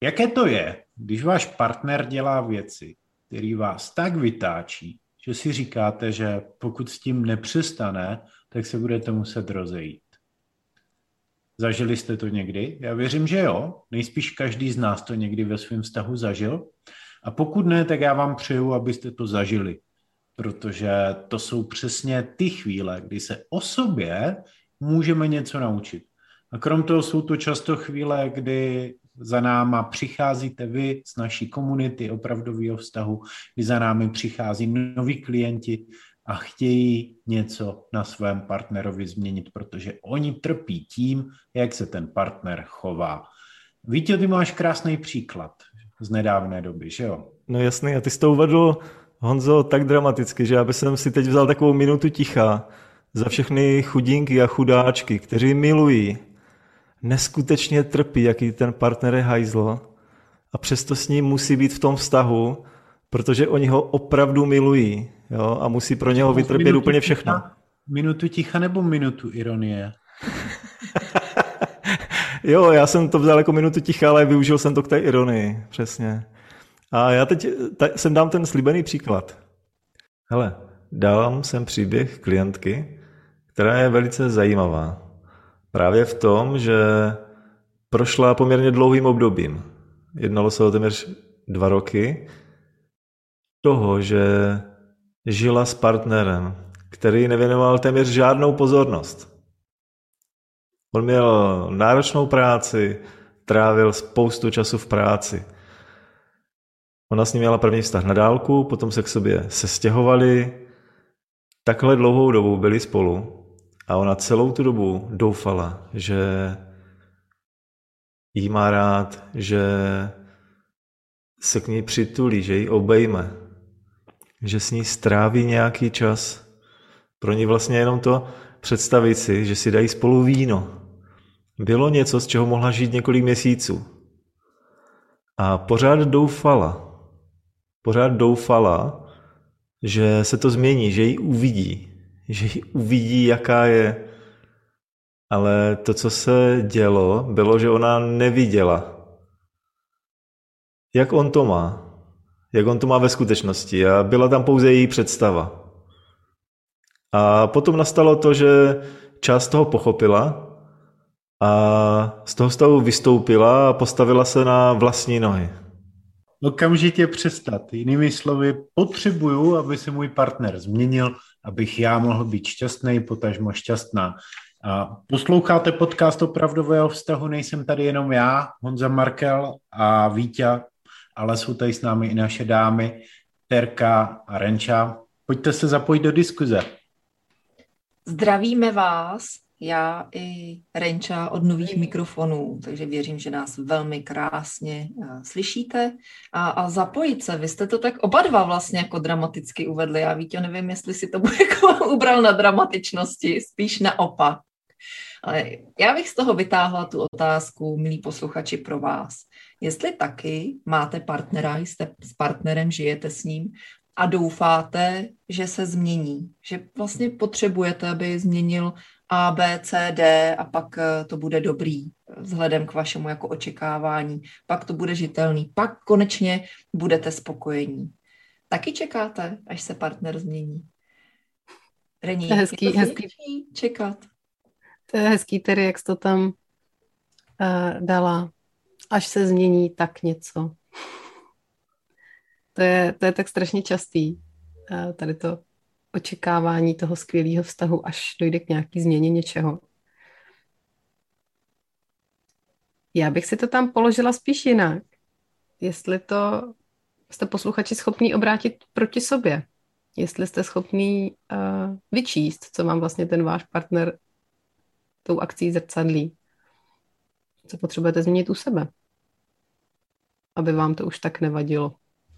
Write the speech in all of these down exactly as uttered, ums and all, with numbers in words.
Jaké to je, když váš partner dělá věci, které vás tak vytáčí, že si říkáte, že pokud s tím nepřestane, tak se budete muset rozejít? Zažili jste to někdy? Já věřím, že jo. Nejspíš každý z nás to někdy ve svém vztahu zažil. A pokud ne, tak já vám přeju, abyste to zažili. Protože to jsou přesně ty chvíle, kdy se o sobě můžeme něco naučit. A krom toho jsou to často chvíle, kdy za náma přicházíte vy z naší komunity opravdového vztahu, kdy za námi přichází noví klienti a chtějí něco na svém partnerovi změnit, protože oni trpí tím, jak se ten partner chová. Víte, ty máš krásný příklad z nedávné doby, že jo? No jasný, a ty jsi to uvedl, Honzo, tak dramaticky, že já bych si teď vzal takovou minutu ticha za všechny chudinky a chudáčky, kteří milují, neskutečně trpí, jaký ten partner je hajzl a přesto s ním musí být v tom vztahu, protože oni ho opravdu milují, jo, a musí pro něho vytrpět úplně všechno. Ticha, minutu ticha nebo minutu ironie? Jo, já jsem to vzal jako minutu ticha, ale využil jsem to k té ironii, přesně. A já teď sem dám ten slíbený příklad. Hele, dám sem příběh klientky, která je velice zajímavá. Právě v tom, že prošla poměrně dlouhým obdobím. Jednalo se o téměř dva roky toho, že žila s partnerem, který nevěnoval téměř žádnou pozornost. On měl náročnou práci, trávil spoustu času v práci. Ona s ním měla první vztah na dálku, potom se k sobě sestěhovali. Takhle dlouhou dobu byli spolu a ona celou tu dobu doufala, že jí má rád, že se k ní přitulí, že ji obejme, že s ní stráví nějaký čas. Pro ní vlastně jenom to představit si, že si dají spolu víno. Bylo něco, z čeho mohla žít několik měsíců. A pořád doufala, pořád doufala, že se to změní, že ji uvidí, že ji uvidí, jaká je. Ale to, co se dělo, bylo, že ona neviděla, jak on to má, jak on to má ve skutečnosti a byla tam pouze její představa. A potom nastalo to, že část toho pochopila a z toho stavu vystoupila a postavila se na vlastní nohy. Okamžitě přestat. Jinými slovy, potřebuju, aby se můj partner změnil, abych já mohl být šťastný, potažmo šťastná. A posloucháte podcast Opravdového vztahu, nejsem tady jenom já, Honza Markel a Víťa, ale jsou tady s námi i naše dámy, Terka a Renča. Pojďte se zapojit do diskuze. Zdravíme vás, já i Renča od nových mikrofonů, takže věřím, že nás velmi krásně slyšíte. A, a zapojit se, vy jste to tak oba dva vlastně jako dramaticky uvedli. Já Víťo, nevím, jestli si to bude jako ubral na dramatičnosti, spíš naopak. Ale já bych z toho vytáhla tu otázku, milí posluchači, pro vás. Jestli taky máte partnera, jste s partnerem, žijete s ním a doufáte, že se změní, že vlastně potřebujete, aby změnil A, B, C, D a pak to bude dobrý vzhledem k vašemu jako očekávání, pak to bude žitelný, pak konečně budete spokojení. Taky čekáte, až se partner změní? Rení, to je hezký, je to hezký. čekat. To je hezký, tedy jak jsi to tam uh, dala. Až se změní, tak něco. To je, to je tak strašně častý. Uh, tady to očekávání toho skvělého vztahu, až dojde k nějaký změně něčeho. Já bych si to tam položila spíš jinak. Jestli to jste posluchači schopní obrátit proti sobě. Jestli jste schopní uh, vyčíst, co vám vlastně ten váš partner tou akcí zrcadlí. Co potřebujete změnit u sebe, aby vám to už tak nevadilo.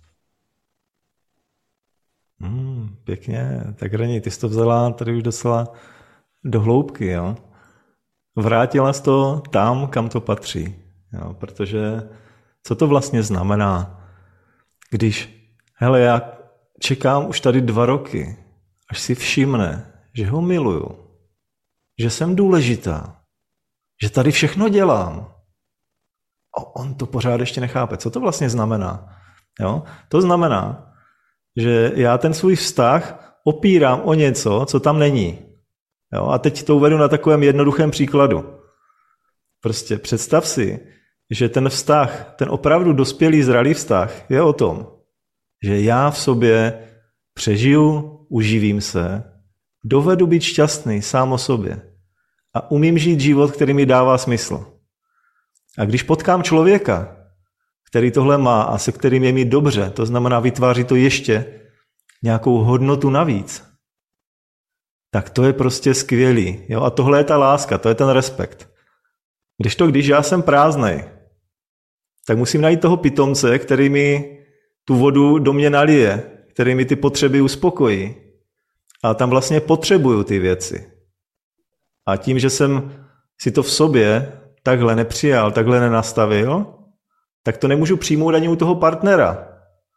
Hmm, pěkně. Tak Reni, ty jsi to vzala tady už docela do hloubky, jo? Vrátila jsi to tam, kam to patří. Jo? Protože co to vlastně znamená, když, hele, já čekám už tady dva roky, až si všimne, že ho miluju, že jsem důležitá, že tady všechno dělám on to pořád ještě nechápe. Co to vlastně znamená? Jo? To znamená, že já ten svůj vztah opírám o něco, co tam není. Jo? A teď to uvedu na takovém jednoduchém příkladu. Prostě představ si, že ten vztah, ten opravdu dospělý, zralý vztah je o tom, že já v sobě přežiju, uživím se, dovedu být šťastný sám o sobě a umím žít život, který mi dává smysl. A když potkám člověka, který tohle má a se kterým je mi dobře, to znamená vytváří to ještě nějakou hodnotu navíc, tak to je prostě skvělý. Jo? A tohle je ta láska, to je ten respekt. Když to, když já jsem prázdnej, tak musím najít toho pitomce, který mi tu vodu do mě nalije, který mi ty potřeby uspokojí. A tam vlastně potřebuju ty věci. A tím, že jsem si to v sobě takhle nepřijal, takhle nenastavil, tak to nemůžu přijmout ani u toho partnera.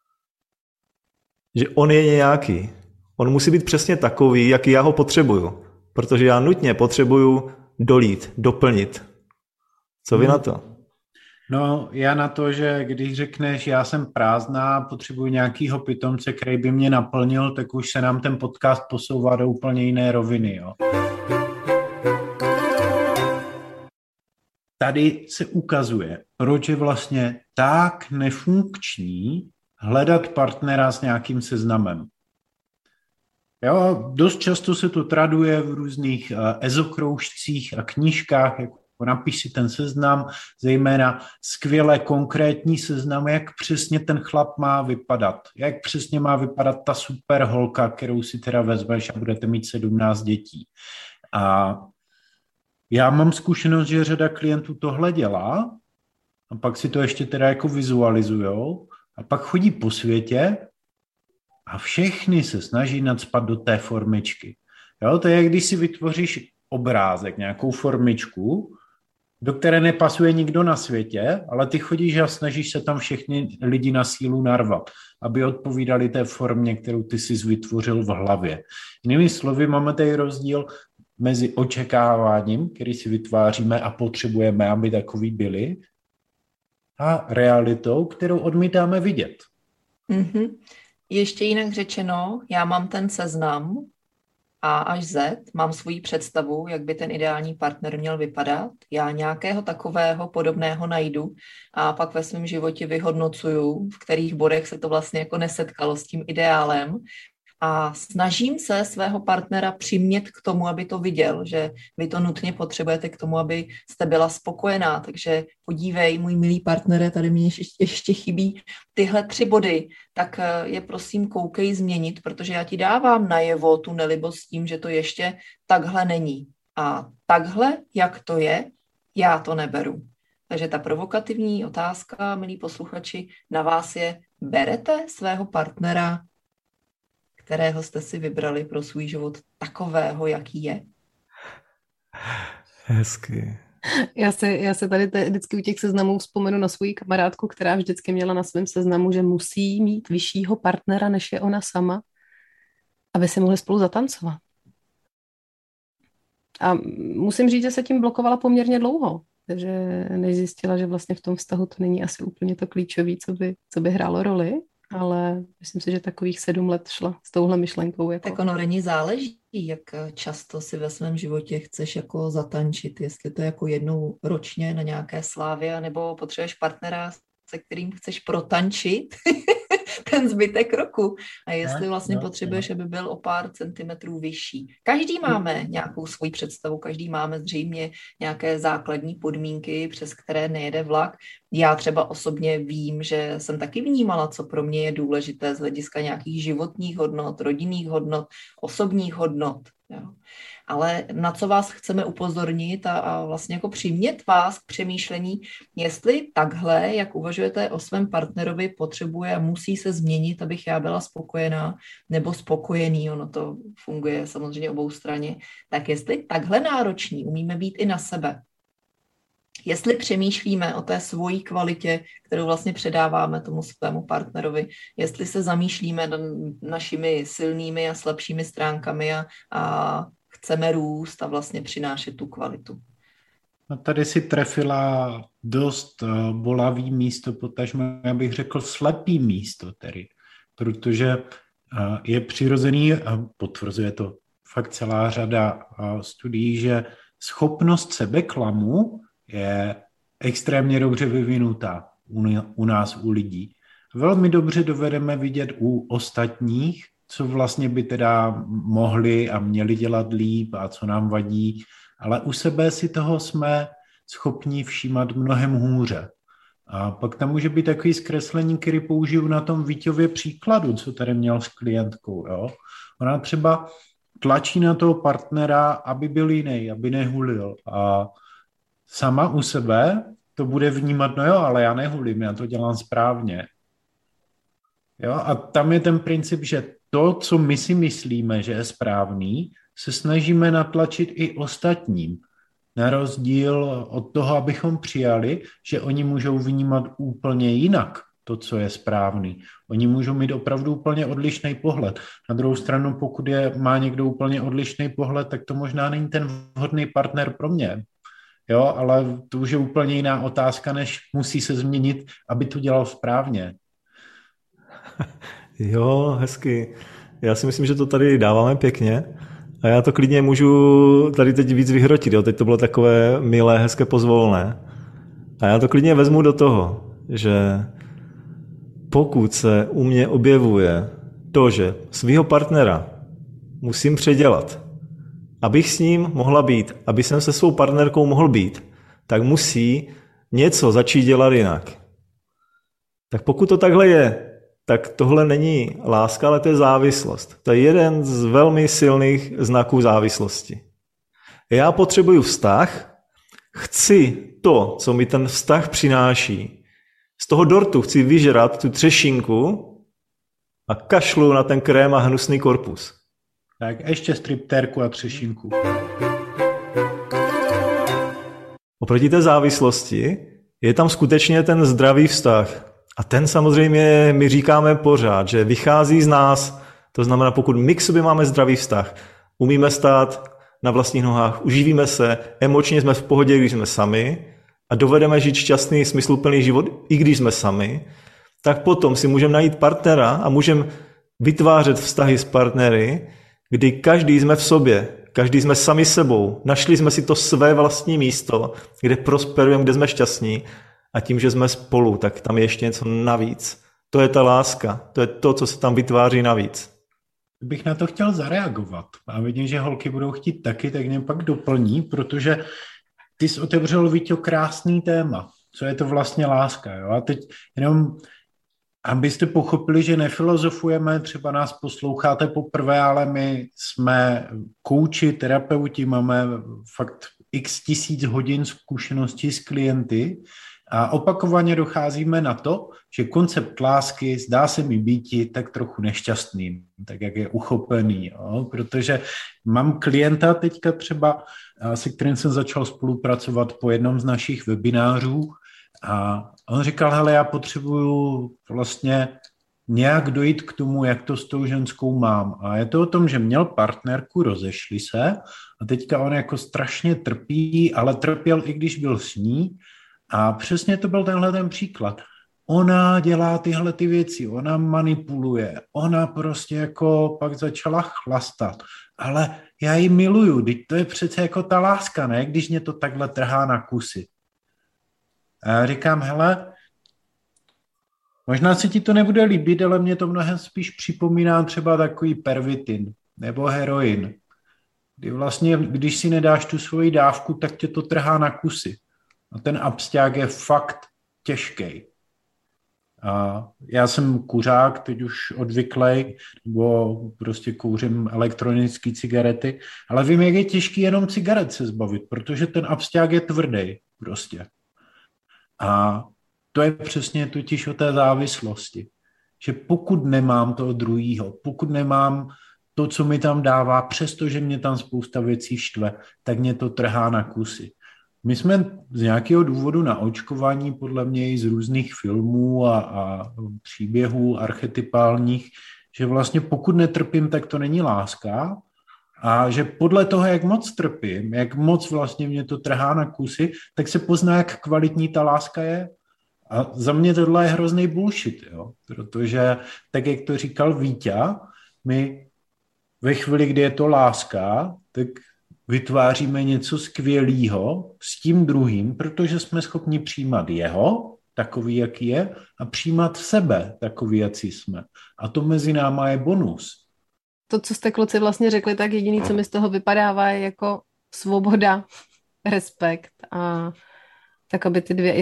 Že on je nějaký. On musí být přesně takový, jaký já ho potřebuju. Protože já nutně potřebuju dolít, doplnit. Co vy hmm. na to? No, já na to, že když řekneš, já jsem prázdná, potřebuji nějakýho pitomce, který by mě naplnil, tak už se nám ten podcast posouvá do úplně jiné roviny. Jo? Tady se ukazuje, proč je vlastně tak nefunkční hledat partnera s nějakým seznamem. Jo, dost často se to traduje v různých uh, ezokroužcích a knížkách, jako napiš si ten seznam, zejména skvěle konkrétní seznam, jak přesně ten chlap má vypadat. Jak přesně má vypadat ta super holka, kterou si teda vezmeš a budete mít sedmnáct dětí. A já mám zkušenost, že řada klientů tohle dělá a pak si to ještě teda jako vizualizujou a pak chodí po světě a všechny se snaží nacpat do té formičky. Jo, to je, jak když si vytvoříš obrázek, nějakou formičku, do které nepasuje nikdo na světě, ale ty chodíš a snažíš se tam všechny lidi na sílu narvat, aby odpovídali té formě, kterou ty jsi vytvořil v hlavě. Jinými slovy, máme tady rozdíl mezi očekáváním, který si vytváříme a potřebujeme, aby takový byli, a realitou, kterou odmítáme vidět. Mm-hmm. Ještě jinak řečeno, já mám ten seznam A až Z, mám svoji představu, jak by ten ideální partner měl vypadat. Já nějakého takového podobného najdu a pak ve svém životě vyhodnocuju, v kterých bodech se to vlastně jako nesetkalo s tím ideálem. A snažím se svého partnera přimět k tomu, aby to viděl, že vy to nutně potřebujete k tomu, aby jste byla spokojená. Takže podívej, můj milý partnere, tady mě ještě, ještě chybí tyhle tři body, tak je prosím koukej změnit, protože já ti dávám najevo tu nelibost s tím, že to ještě takhle není. A takhle, jak to je, já to neberu. Takže ta provokativní otázka, milí posluchači, na vás je, berete svého partnera, kterého jste si vybrali pro svůj život, takového, jaký je? Hezky. Já se, já se tady te, vždycky u těch seznamů vzpomenu na svou kamarádku, která vždycky měla na svém seznamu, že musí mít vyššího partnera, než je ona sama, aby se mohli spolu zatancovat. A musím říct, že se tím blokovala poměrně dlouho, takže než zjistila, že vlastně v tom vztahu to není asi úplně to klíčové, co by, co by hrálo roli. Ale myslím si, že takových sedm let šla s touhle myšlenkou. Jako... Tak ono není záleží, jak často si ve svém životě chceš jako zatančit, jestli to jako jednou ročně na nějaké slávě, nebo potřebuješ partnera, se kterým chceš protančit ten zbytek roku. A jestli vlastně no, potřebuješ, no. aby byl o pár centimetrů vyšší. Každý máme nějakou svoji představu, každý máme zřejmě nějaké základní podmínky, přes které nejede vlak. Já třeba osobně vím, že jsem taky vnímala, co pro mě je důležité z hlediska nějakých životních hodnot, rodinných hodnot, osobních hodnot. Jo. Ale na co vás chceme upozornit a, a vlastně jako přimět vás k přemýšlení, jestli takhle, jak uvažujete o svém partnerovi, potřebuje a musí se změnit, abych já byla spokojená nebo spokojený, ono to funguje samozřejmě obou straně, tak jestli takhle nároční umíme být i na sebe. Jestli přemýšlíme o té svojí kvalitě, kterou vlastně předáváme tomu svému partnerovi, jestli se zamýšlíme nad našimi silnými a slabšími stránkami a, a chceme růst a vlastně přinášet tu kvalitu. No tady si trefila dost uh, bolavý místo, potažmo, já bych řekl slepý místo tedy, protože uh, je přirozený, a potvrzuje to fakt celá řada uh, studií, že schopnost sebeklamu je extrémně dobře vyvinutá u, u nás, u lidí. Velmi dobře dovedeme vidět u ostatních, co vlastně by teda mohli a měli dělat líp a co nám vadí, ale u sebe si toho jsme schopni všímat mnohem hůře. A pak tam může být takový zkreslení, který použiju na tom Víťově příkladu, co tady měl s klientkou. Jo? Ona třeba tlačí na toho partnera, aby byl jiný, aby nehulil. A sama u sebe to bude vnímat, no jo, ale já nehulím, já to dělám správně. Jo? A tam je ten princip, že to, co my si myslíme, že je správný, se snažíme natlačit i ostatním. Na rozdíl od toho, abychom přijali, že oni můžou vnímat úplně jinak to, co je správný. Oni můžou mít opravdu úplně odlišný pohled. Na druhou stranu, pokud je, má někdo úplně odlišný pohled, tak to možná není ten vhodný partner pro mě. Jo, ale to už je úplně jiná otázka, než musí se změnit, aby to dělal správně. Jo, hezky. Já si myslím, že to tady dáváme pěkně a já to klidně můžu tady teď víc vyhrotit. Jo. Teď to bylo takové milé, hezké, pozvolné. A já to klidně vezmu do toho, že pokud se u mě objevuje to, že svého partnera musím předělat, abych s ním mohla být, aby jsem se svou partnerkou mohl být, tak musí něco začít dělat jinak. Tak pokud to takhle je, tak tohle není láska, ale to je závislost. To je jeden z velmi silných znaků závislosti. Já potřebuju vztah, chci to, co mi ten vztah přináší. Z toho dortu chci vyžrat tu třešinku a kašlu na ten krém a hnusný korpus. Tak ještě striptérku a třešinku. Oproti té závislosti je tam skutečně ten zdravý vztah. A ten samozřejmě my říkáme pořád, že vychází z nás, to znamená, pokud my k sobě máme zdravý vztah, umíme stát na vlastních nohách, uživíme se, emočně jsme v pohodě, když jsme sami a dovedeme žít šťastný, smysluplný život, i když jsme sami, tak potom si můžeme najít partnera a můžeme vytvářet vztahy s partnery, kdy každý jsme v sobě, každý jsme sami sebou, našli jsme si to své vlastní místo, kde prosperujeme, kde jsme šťastní. A tím, že jsme spolu, tak tam je ještě něco navíc. To je ta láska, to je to, co se tam vytváří navíc. Bych na to chtěl zareagovat. A vidím, že holky budou chtít taky, tak mě pak doplní, protože ty jsi otevřel, Víťo, krásný téma. Co je to vlastně láska? Jo? A teď jenom, abyste pochopili, že nefilozofujeme, třeba nás posloucháte poprvé, ale my jsme kouči, terapeuti, máme fakt x tisíc hodin zkušeností s klienty, a opakovaně docházíme na to, že koncept lásky zdá se mi býti tak trochu nešťastným, tak jak je uchopený, jo? Protože mám klienta teďka třeba, se kterým jsem začal spolupracovat po jednom z našich webinářů a on říkal, hele, já potřebuju vlastně nějak dojít k tomu, jak to s tou ženskou mám. A je to o tom, že měl partnerku, rozešli se a teďka on jako strašně trpí, ale trpěl i když byl s ní. A přesně to byl tenhle ten příklad. Ona dělá tyhle ty věci, ona manipuluje, ona prostě jako pak začala chlastat. Ale já ji miluju, teď to je přece jako ta láska, ne? Když mě to takhle trhá na kusy. A já říkám, hele, možná se ti to nebude líbit, ale mě to mnohem spíš připomíná třeba takový pervitin nebo heroin. Kdy vlastně, když si nedáš tu svoji dávku, tak tě to trhá na kusy. A ten absťák je fakt těžký. A já jsem kuřák, teď už odvyklej, nebo prostě kouřím elektronické cigarety, ale vím, jak je těžký jenom cigaret se zbavit, protože ten absťák je tvrdý prostě. A to je přesně totiž o té závislosti. Že pokud nemám toho druhýho, pokud nemám to, co mi tam dává, přestože mě tam spousta věcí štve, tak mě to trhá na kusy. My jsme z nějakého důvodu na očkování, podle mě i z různých filmů a, a příběhů archetypálních, že vlastně pokud netrpím, tak to není láska A že podle toho, jak moc trpím, jak moc vlastně mě to trhá na kusy, tak se pozná, jak kvalitní ta láska je. A za mě tohle je hrozný bullshit, jo? Protože tak, jak to říkal Víťa, my ve chvíli, kdy je to láska, tak vytváříme něco skvělého s tím druhým, protože jsme schopni přijímat jeho, takový, jaký je, a přijímat sebe, takový, jaký jsme. A to mezi náma je bonus. To, co jste kluci vlastně řekli, tak jediný, co mi z toho vypadává, je jako svoboda, respekt a tak, aby ty dvě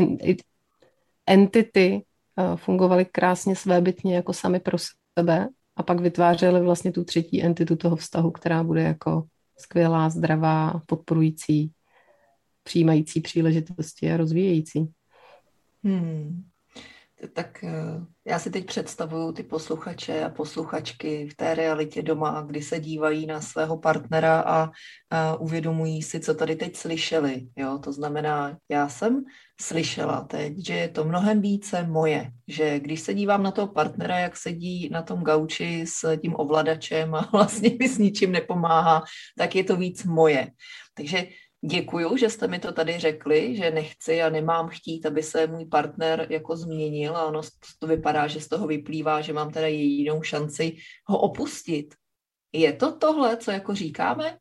entity fungovaly krásně svébytně jako sami pro sebe a pak vytvářely vlastně tu třetí entitu toho vztahu, která bude jako skvělá, zdravá, podporující, přijímající příležitosti a rozvíjející. Hmm. Tak já si teď představuju ty posluchače a posluchačky v té realitě doma, kdy se dívají na svého partnera a, a uvědomují si, co tady teď slyšeli. Jo? To znamená, já jsem slyšela teď, že je to mnohem více moje, že když se dívám na toho partnera, jak sedí na tom gauči s tím ovladačem a vlastně mi s ničím nepomáhá, tak je to víc moje. Takže děkuju, že jste mi to tady řekli, že nechci a nemám chtít, aby se můj partner jako změnil a ono to vypadá, že z toho vyplývá, že mám teda jedinou šanci ho opustit. Je to tohle, co jako říkáme?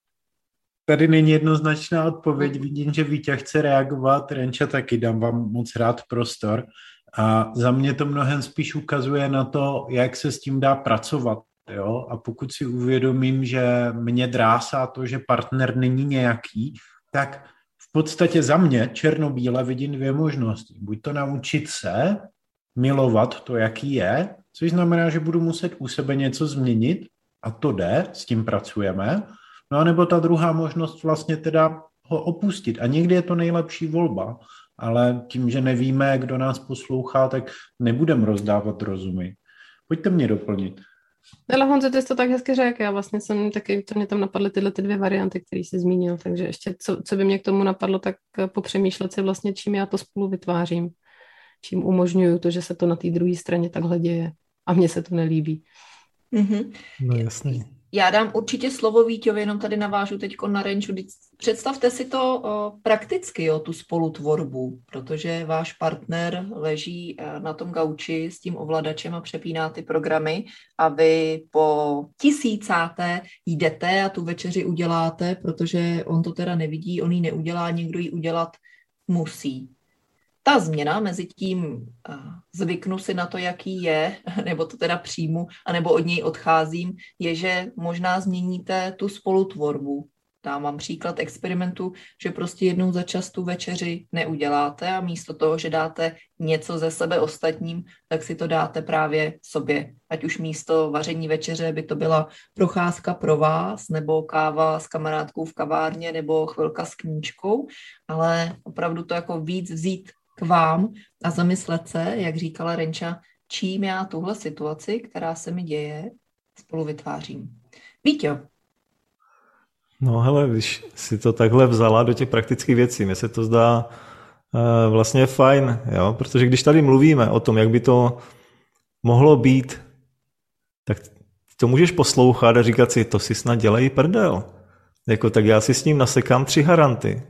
Tady není jednoznačná odpověď. Vidím, že Vítě chce reagovat, Renča taky, dám vám moc rád prostor. A za mě to mnohem spíš ukazuje na to, jak se s tím dá pracovat. Jo? A pokud si uvědomím, že mě drásá to, že partner není nějaký, tak v podstatě za mě černobíle vidím dvě možnosti. Buď to naučit se milovat to, jaký je, což znamená, že budu muset u sebe něco změnit a to jde, s tím pracujeme. No a nebo ta druhá možnost vlastně teda ho opustit. A někdy je to nejlepší volba, ale tím, že nevíme, kdo nás poslouchá, tak nebudeme rozdávat rozumy. Pojďte mě doplnit. Ale Honzo, ty jsi to tak hezky řekl, já vlastně jsem taky, to mě tam napadly tyhle ty dvě varianty, které jsi zmínil, takže ještě co, co by mě k tomu napadlo, tak popřemýšlet si vlastně, čím já to spolu vytvářím, čím umožňuju to, že se to na té druhé straně takhle děje a mně se to nelíbí. Mm-hmm. No jasný. Já dám určitě slovo Víťovi, jenom tady navážu teď na Renču. Představte si to o, prakticky, jo, tu spolutvorbu, protože váš partner leží na tom gauči s tím ovladačem a přepíná ty programy a vy po tisícáté jdete a tu večeři uděláte, protože on to teda nevidí, on ji neudělá, někdo ji udělat musí. Ta změna mezi tím zvyknu si na to, jaký je, nebo to teda přijmu, anebo od něj odcházím, je, že možná změníte tu spolutvorbu. Dám vám příklad experimentu, že prostě jednou za čas tu večeři neuděláte a místo toho, že dáte něco ze sebe ostatním, tak si to dáte právě sobě. Ať už místo vaření večeře by to byla procházka pro vás, nebo káva s kamarádkou v kavárně, nebo chvilka s knížkou, ale opravdu to jako víc vzít k vám a zamyslet se, jak říkala Renča, čím já tuhle situaci, která se mi děje, spolu vytvářím. Víťo. No hele, když si to takhle vzala do těch praktických věcí, mně se to zdá uh, vlastně fajn, jo? Protože když tady mluvíme o tom, jak by to mohlo být, tak to můžeš poslouchat a říkat si, to si snad dělají prdel. Jako, tak já si s ním nasekám tři haranty.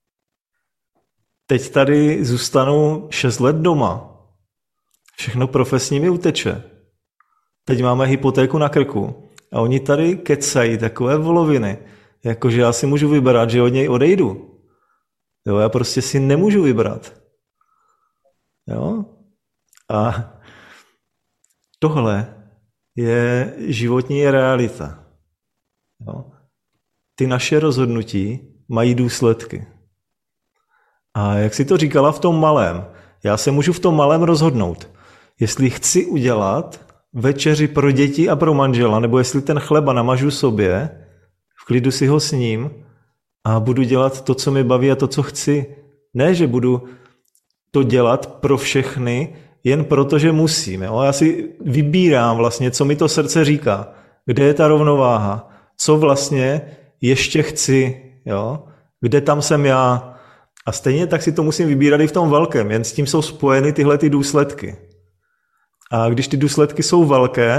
Teď tady zůstanu šest let doma. Všechno profesní mi uteče. Teď máme hypotéku na krku. A oni tady kecají takové voloviny, jakože já si můžu vybrat, že od něj odejdu. Jo, já prostě si nemůžu vybrat. Jo? A tohle je životní realita. Jo? Ty naše rozhodnutí mají důsledky. A jak si to říkala v tom malém, já se můžu v tom malém rozhodnout, jestli chci udělat večeři pro děti a pro manžela, nebo jestli ten chleba namažu sobě, v klidu si ho sním a budu dělat to, co mi baví a to, co chci. Ne, že budu to dělat pro všechny, jen proto, že musím. Jo? Já si vybírám vlastně, co mi to srdce říká, kde je ta rovnováha, co vlastně ještě chci, jo? Kde tam jsem já. A stejně tak si to musím vybírat i v tom velkém, jen s tím jsou spojeny tyhle ty důsledky. A když ty důsledky jsou velké,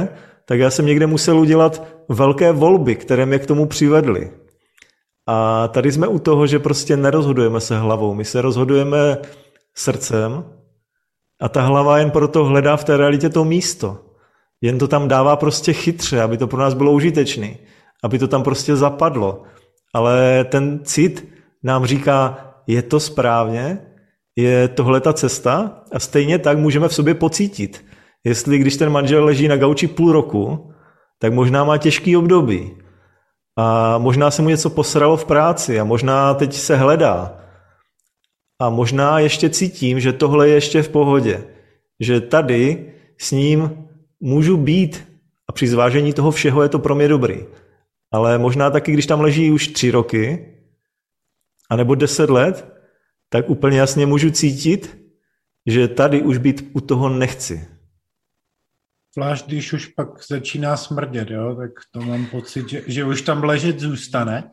tak já jsem někde musel udělat velké volby, které mě k tomu přivedly. A tady jsme u toho, že prostě nerozhodujeme se hlavou, my se rozhodujeme srdcem a ta hlava jen proto hledá v té realitě to místo. Jen to tam dává prostě chytře, aby to pro nás bylo užitečné, aby to tam prostě zapadlo. Ale ten cit nám říká, je to správně, je tohle ta cesta a stejně tak můžeme v sobě pocítit. Jestli když ten manžel leží na gauči půl roku, tak možná má těžký období. A možná se mu něco posralo v práci a možná teď se hledá. A možná ještě cítím, že tohle je ještě v pohodě. Že tady s ním můžu být a při zvážení toho všeho je to pro mě dobrý. Ale možná taky, když tam leží už tři roky, anebo deset let, tak úplně jasně můžu cítit, že tady už být u toho nechci. Zvlášť, když už pak začíná smrdět, jo, tak to mám pocit, že, že už tam ležet zůstane.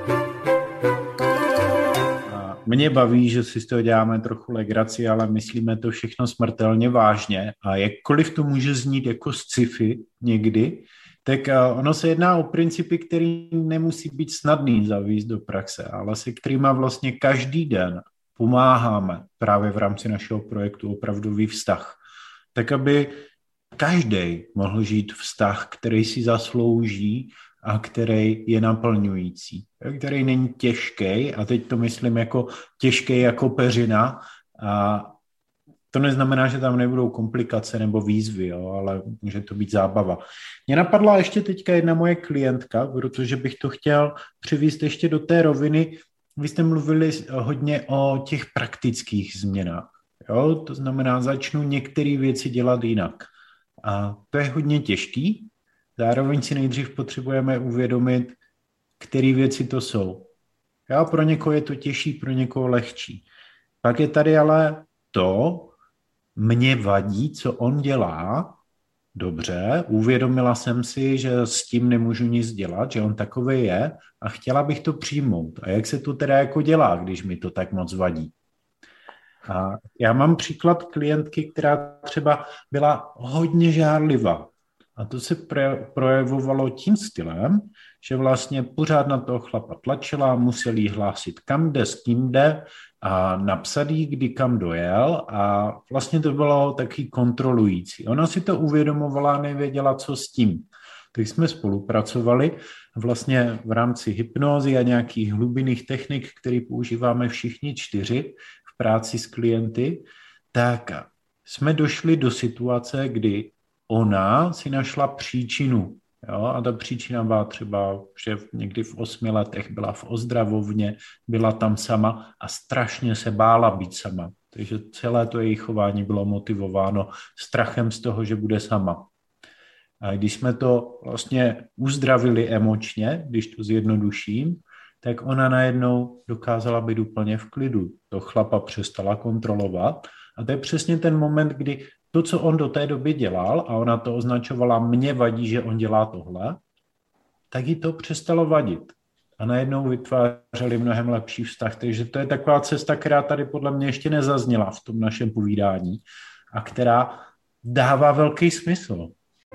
A mě baví, že si z toho děláme trochu legraci, ale myslíme to všechno smrtelně vážně. A jakkoliv to může znít jako sci-fi někdy, tak ono se jedná o principy, který nemusí být snadný zavést do praxe, ale se kterýma vlastně každý den pomáháme právě v rámci našeho projektu Opravdový vztah. Tak, aby každý mohl žít vztah, který si zaslouží a který je naplňující, který není těžký, a teď to myslím jako těžký jako peřina, a to neznamená, že tam nebudou komplikace nebo výzvy, jo, ale může to být zábava. Mě napadla ještě teďka jedna moje klientka, protože bych to chtěl přivést ještě do té roviny. Vy jste mluvili hodně o těch praktických změnách. Jo? To znamená, začnu některé věci dělat jinak. A to je hodně těžký. Zároveň si nejdřív potřebujeme uvědomit, které věci to jsou. Jo? Pro někoho je to těžší, pro někoho lehčí. Pak je tady ale to, mě vadí, co on dělá, dobře, uvědomila jsem si, že s tím nemůžu nic dělat, že on takový je a chtěla bych to přijmout. A jak se to teda jako dělá, když mi to tak moc vadí? A já mám příklad klientky, která třeba byla hodně žárlivá. A to se projevovalo tím stylem, že vlastně pořád na toho chlapa tlačila, musel jí hlásit, kam jde, s kým jde, a napsat jí, kdy kam dojel, a vlastně to bylo taky kontrolující. Ona si to uvědomovala, nevěděla, co s tím. Tak jsme spolupracovali vlastně v rámci hypnózy a nějakých hlubinných technik, které používáme všichni čtyři v práci s klienty, tak jsme došli do situace, kdy ona si našla příčinu. Jo, a ta příčina byla třeba, že někdy v osmi letech byla v ozdravovně, byla tam sama a strašně se bála být sama. Takže celé to její chování bylo motivováno strachem z toho, že bude sama. A když jsme to vlastně uzdravili emočně, když to zjednoduším, tak ona najednou dokázala být úplně v klidu. To chlapa přestala kontrolovat a to je přesně ten moment, kdy to, co on do té doby dělal, a ona to označovala, mě vadí, že on dělá tohle, tak jí to přestalo vadit. A najednou vytvářeli mnohem lepší vztah. Takže to je taková cesta, která tady podle mě ještě nezazněla v tom našem povídání a která dává velký smysl.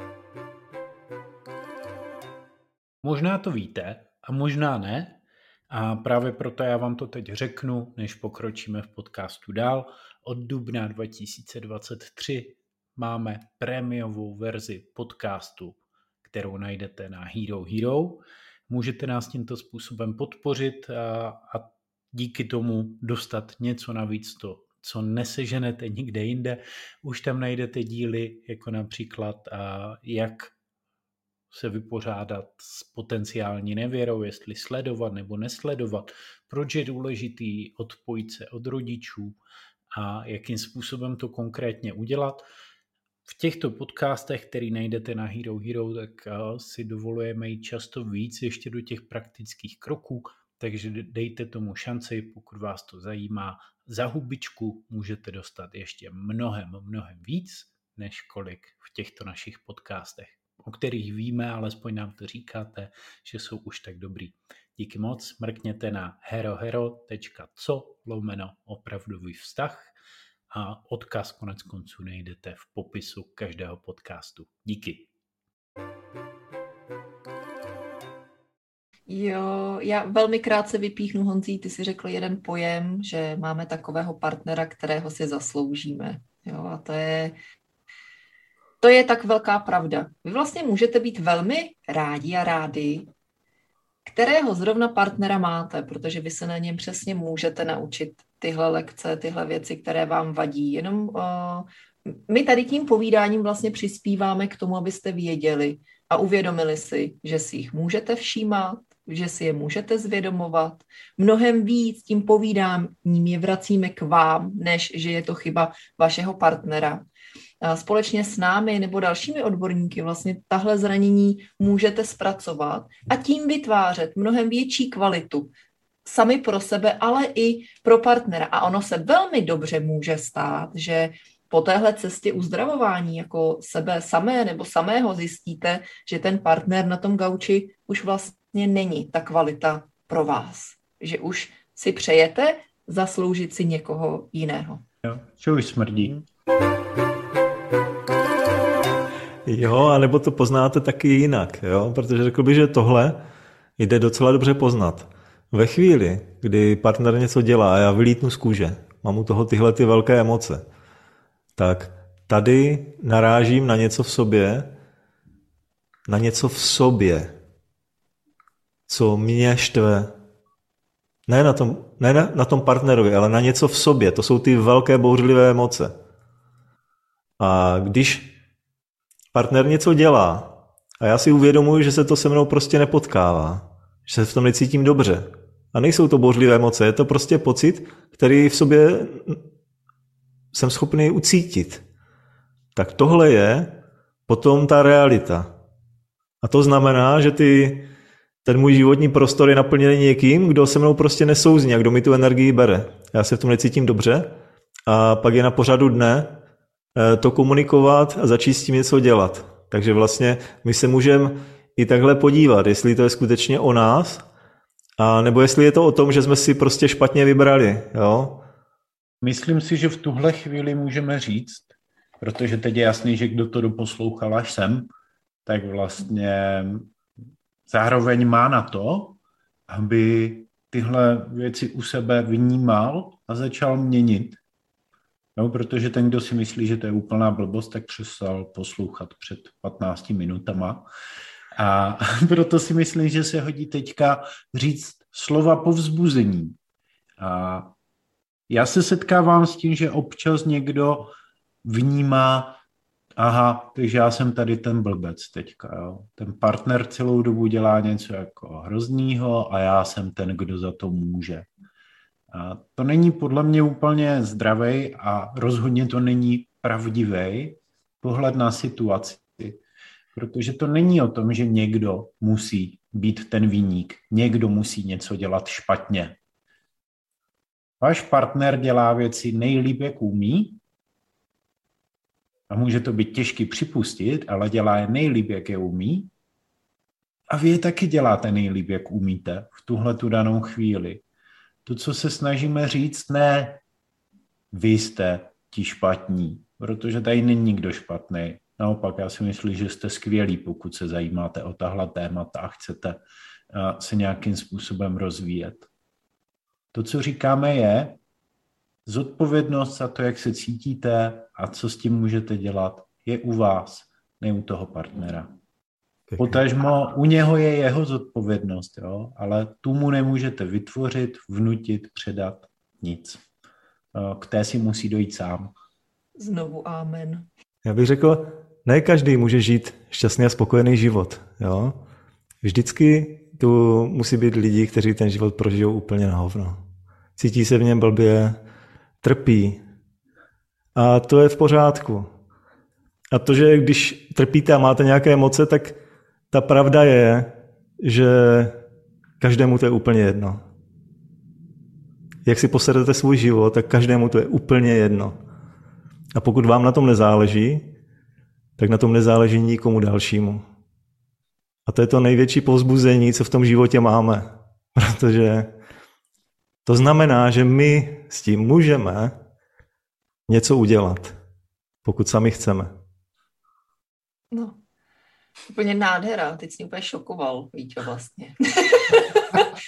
Možná to víte a možná ne. A právě proto já vám to teď řeknu, než pokročíme v podcastu dál. Od dubna dva tisíce dvacet tři máme prémiovou verzi podcastu, kterou najdete na Hero Hero. Můžete nás tímto způsobem podpořit a, a díky tomu dostat něco navíc, to, co neseženete nikde jinde. Už tam najdete díly, jako například a, jak se vypořádat s potenciální nevěrou, jestli sledovat nebo nesledovat, proč je důležitý odpojit se od rodičů a jakým způsobem to konkrétně udělat. V těchto podcastech, který najdete na Hero Hero, tak si dovolujeme jít často víc ještě do těch praktických kroků, takže dejte tomu šanci, pokud vás to zajímá. Za hubičku můžete dostat ještě mnohem, mnohem víc, než kolik v těchto našich podcastech, o kterých víme, alespoň nám to říkáte, že jsou už tak dobrý. Díky moc, mrkněte na herohero tečka co lomeno opravdový vztah a odkaz konec konců najdete v popisu každého podcastu. Díky. Jo, já velmi krátce vypíchnu, Honzí, ty si řekl jeden pojem, že máme takového partnera, kterého si zasloužíme. Jo, a to je, to je tak velká pravda. Vy vlastně můžete být velmi rádi a rádi, kterého zrovna partnera máte, protože vy se na něm přesně můžete naučit tyhle lekce, tyhle věci, které vám vadí. Jenom uh, my tady tím povídáním vlastně přispíváme k tomu, abyste věděli a uvědomili si, že si jich můžete všímat, že si je můžete zvědomovat. Mnohem víc tím povídáním je vracíme k vám, než že je to chyba vašeho partnera. Společně s námi nebo dalšími odborníky vlastně tahle zranění můžete zpracovat a tím vytvářet mnohem větší kvalitu sami pro sebe, ale i pro partnera. A ono se velmi dobře může stát, že po téhle cestě uzdravování jako sebe samé nebo samého zjistíte, že ten partner na tom gauči už vlastně není ta kvalita pro vás. Že už si přejete zasloužit si někoho jiného. Jo, že už smrdí. Jo, anebo to poznáte taky jinak, jo? Protože řekl bych, že tohle jde docela dobře poznat. Ve chvíli, kdy partner něco dělá a já vylítnu z kůže, mám u toho tyhle ty velké emoce, tak tady narážím na něco v sobě, na něco v sobě, co mě štve. Ne na tom, ne na, na tom partnerovi, ale na něco v sobě. To jsou ty velké bouřlivé emoce. A když partner něco dělá a já si uvědomuji, že se to se mnou prostě nepotkává, že se v tom necítím dobře. A nejsou to bouřlivé emoce, je to prostě pocit, který v sobě jsem schopný ucítit. Tak tohle je potom ta realita. A to znamená, že ty, ten můj životní prostor je naplněný někým, kdo se mnou prostě nesouzní a kdo mi tu energii bere. Já se v tom necítím dobře a pak je na pořadu dne to komunikovat a začít s tím něco dělat. Takže vlastně my se můžeme i takhle podívat, jestli to je skutečně o nás, a nebo jestli je to o tom, že jsme si prostě špatně vybrali. Jo? Myslím si, že v tuhle chvíli můžeme říct, protože teď je jasný, že kdo to doposlouchal až sem, tak vlastně zároveň má na to, aby tyhle věci u sebe vnímal a začal měnit. No, protože ten, kdo si myslí, že to je úplná blbost, tak přestal poslouchat před patnácti minutama. A proto si myslím, že se hodí teďka říct slova povzbuzení. A já se setkávám s tím, že občas někdo vnímá, aha, takže já jsem tady ten blbec teďka. Jo. Ten partner celou dobu dělá něco jako hroznýho a já jsem ten, kdo za to může. A to není podle mě úplně zdravý a rozhodně to není pravdivý pohled na situaci, protože to není o tom, že někdo musí být ten viník, někdo musí něco dělat špatně. Váš partner dělá věci nejlíp, jak umí, a může to být těžký připustit, ale dělá je nejlíp, jak je umí, a vy je taky děláte nejlíp, jak umíte v tuhle tu danou chvíli. To, co se snažíme říct, ne, vy jste ti špatní, protože tady není nikdo špatný. Naopak, já si myslím, že jste skvělí, pokud se zajímáte o tahle témata a chcete se nějakým způsobem rozvíjet. To, co říkáme, je zodpovědnost za to, jak se cítíte a co s tím můžete dělat, je u vás, ne u toho partnera. Potažmo u něho je jeho zodpovědnost, jo? Ale tu mu nemůžete vytvořit, vnutit, předat nic. K té si musí dojít sám. Znovu amen. Já bych řekl, ne každý může žít šťastný a spokojený život. Jo? Vždycky tu musí být lidi, kteří ten život prožijou úplně na hovno. Cítí se v něm blbě, trpí. A to je v pořádku. A to, že když trpíte a máte nějaké emoce, tak ta pravda je, že každému to je úplně jedno. Jak si posedete svůj život, tak každému to je úplně jedno. A pokud vám na tom nezáleží, tak na tom nezáleží nikomu dalšímu. A to je to největší povzbuzení, co v tom životě máme. Protože to znamená, že my s tím můžeme něco udělat, pokud sami chceme. No, úplně nádhera. Teď jsi mě úplně šokoval, Víťo, vlastně.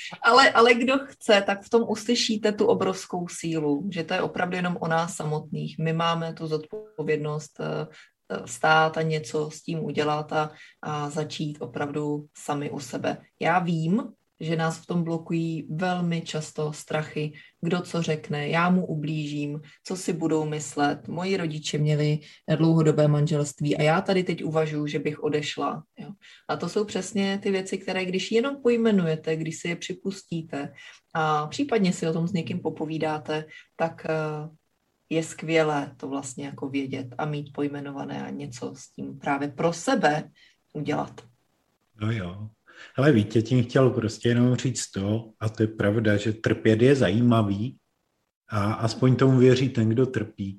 ale, ale kdo chce, tak v tom uslyšíte tu obrovskou sílu, že to je opravdu jenom o nás samotných. My máme tu zodpovědnost stát a něco s tím udělat a, a začít opravdu sami u sebe. Já vím, že nás v tom blokují velmi často strachy, kdo co řekne, já mu ublížím, co si budou myslet. Moji rodiče měli dlouhodobé manželství a já tady teď uvažuji, že bych odešla. Jo. A to jsou přesně ty věci, které když jenom pojmenujete, když si je připustíte a případně si o tom s někým popovídáte, tak je skvělé to vlastně jako vědět a mít pojmenované a něco s tím právě pro sebe udělat. No jo. Ale Vítě tím chtěl prostě jenom říct to, a to je pravda, že trpět je zajímavý a aspoň tomu věří ten, kdo trpí.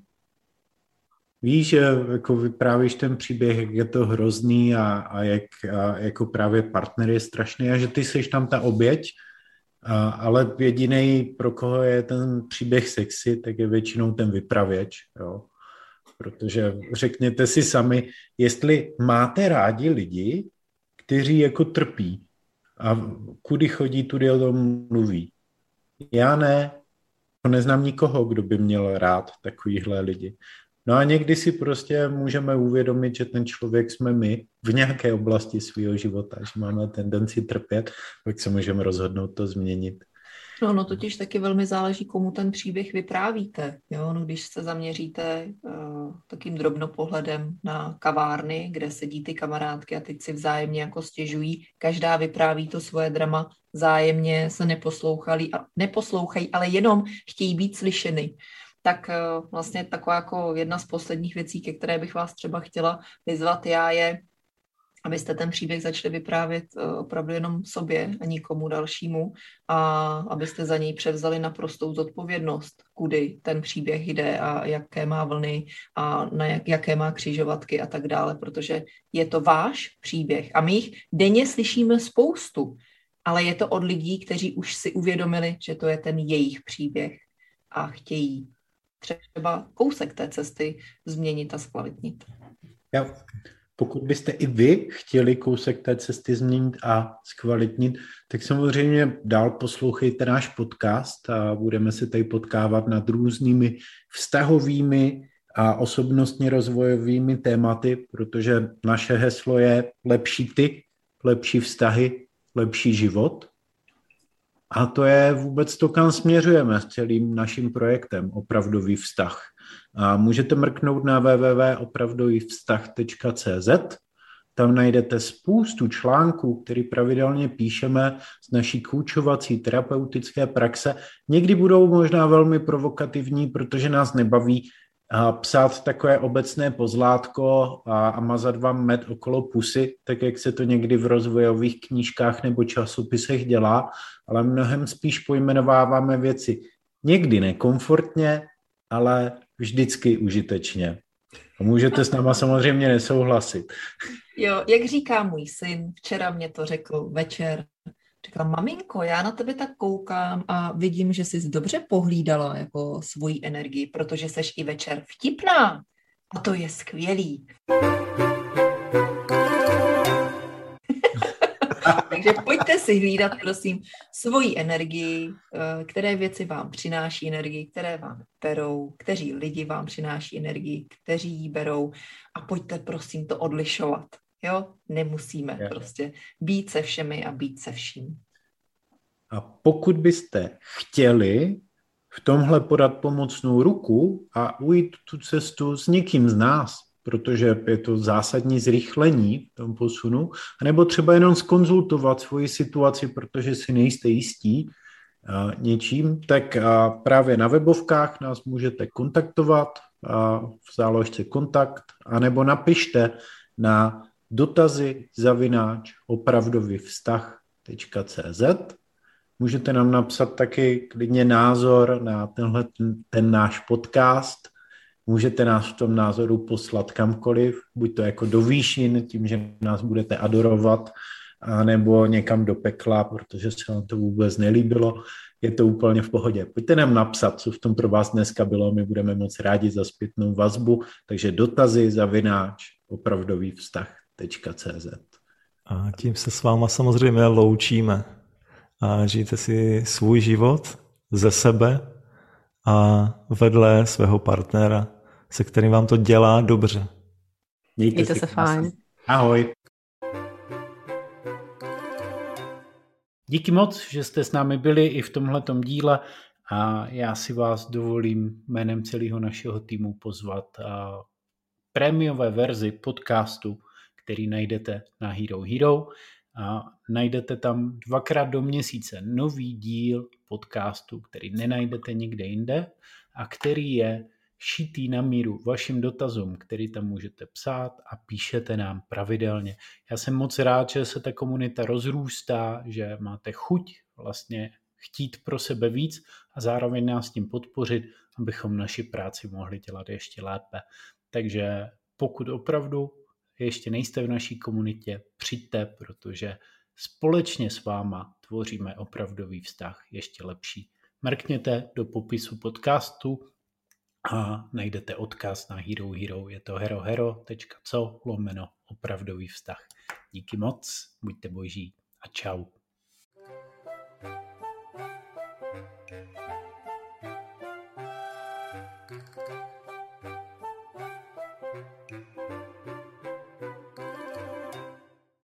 Víš, že jako vyprávíš ten příběh, jak je to hrozný a, a jak a jako právě partner je strašný a že ty seš tam ta oběť, a, ale jedinej, pro koho je ten příběh sexy, tak je většinou ten vypravěč, jo. Protože řekněte si sami, jestli máte rádi lidi, kteří jako trpí a kudy chodí, tudy o tom mluví. Já ne, neznám nikoho, kdo by měl rád takovýhle lidi. No a někdy si prostě můžeme uvědomit, že ten člověk jsme my v nějaké oblasti svého života, že máme tendenci trpět, tak se můžeme rozhodnout to změnit. No, no totiž taky velmi záleží, komu ten příběh vyprávíte. Jo? No, když se zaměříte uh, takým drobnopohledem na kavárny, kde sedí ty kamarádky a teď si vzájemně jako stěžují, každá vypráví to svoje drama, vzájemně se neposlouchají, neposlouchají, ale jenom chtějí být slyšeny. Tak uh, vlastně taková jako jedna z posledních věcí, ke které bych vás třeba chtěla vyzvat já je, abyste ten příběh začali vyprávět opravdu jenom sobě a nikomu dalšímu a abyste za něj převzali naprostou zodpovědnost, kudy ten příběh jde a jaké má vlny a na jak, jaké má křižovatky a tak dále, protože je to váš příběh a my jich denně slyšíme spoustu, ale je to od lidí, kteří už si uvědomili, že to je ten jejich příběh a chtějí třeba kousek té cesty změnit a zkvalitnit. Jo. Pokud byste i vy chtěli kousek té cesty změnit a zkvalitnit, tak samozřejmě dál poslouchejte náš podcast a budeme se tady potkávat nad různými vztahovými a osobnostně rozvojovými tématy, protože naše heslo je lepší ty, lepší vztahy, lepší život. A to je vůbec to, kam směřujeme s celým naším projektem Opravdový vztah. A můžete mrknout na w w w tečka opravdový vztah tečka c z. Tam najdete spoustu článků, které pravidelně píšeme z naší koučovací terapeutické praxe. Někdy budou možná velmi provokativní, protože nás nebaví psát takové obecné pozlátko a, a mazat vám med okolo pusy, tak jak se to někdy v rozvojových knížkách nebo časopisech dělá, ale mnohem spíš pojmenováváme věci někdy nekomfortně, ale vždycky užitečně. A můžete s náma samozřejmě nesouhlasit. Jo, jak říká můj syn, včera mě to řekl večer, říkal, maminko, já na tebe tak koukám a vidím, že jsi dobře pohlídala jako svoji energii, protože seš i večer vtipná. A to je skvělý. Takže pojďte si hlídat, prosím, svoji energii, které věci vám přináší energii, které vám berou, kteří lidi vám přináší energii, kteří ji berou a pojďte, prosím, to odlišovat. Jo, nemusíme je. prostě být se všemi a být se vším. A pokud byste chtěli v tomhle podat pomocnou ruku a ujít tu cestu s někým z nás, protože je to zásadní zrychlení v tom posunu, anebo třeba jenom zkonzultovat svoji situaci, protože si nejste jistí a, něčím, tak a, právě na webovkách nás můžete kontaktovat a, v záložce kontakt, anebo napište na dotazy zavináč opravdový vztah tečka c z. Můžete nám napsat taky klidně názor na tenhle ten, ten náš podcast. Můžete nás v tom názoru poslat kamkoliv, buď to jako do výšin, tím, že nás budete adorovat, nebo někam do pekla, protože se vám to vůbec nelíbilo. Je to úplně v pohodě. Pojďte nám napsat, co v tom pro vás dneska bylo, my budeme moc rádi za zpětnou vazbu, takže dotazy zavináč opravdový vztah tečka c z. A tím se s váma samozřejmě loučíme. a žijte si svůj život ze sebe a vedle svého partnera, se kterým vám to dělá dobře. Mějte, Mějte si se fajn. Ahoj. Díky moc, že jste s námi byli i v tomhletom díle a já si vás dovolím jménem celého našeho týmu pozvat a prémiové verzi podcastu, který najdete na Hero Hero. A najdete tam dvakrát do měsíce nový díl podcastu, který nenajdete nikde jinde a který je šitý na míru vašim dotazům, který tam můžete psát a píšete nám pravidelně. Já jsem moc rád, že se ta komunita rozrůstá, že máte chuť vlastně chtít pro sebe víc a zároveň nás tím podpořit, abychom naši práci mohli dělat ještě lépe. Takže pokud opravdu ještě nejste v naší komunitě, přijďte, protože společně s váma tvoříme opravdový vztah ještě lepší. Mrkněte do popisu podcastu a najdete odkaz na Hero Hero. Je to herohero tečka co lomeno opravdový vztah. Díky moc, buďte boží a čau.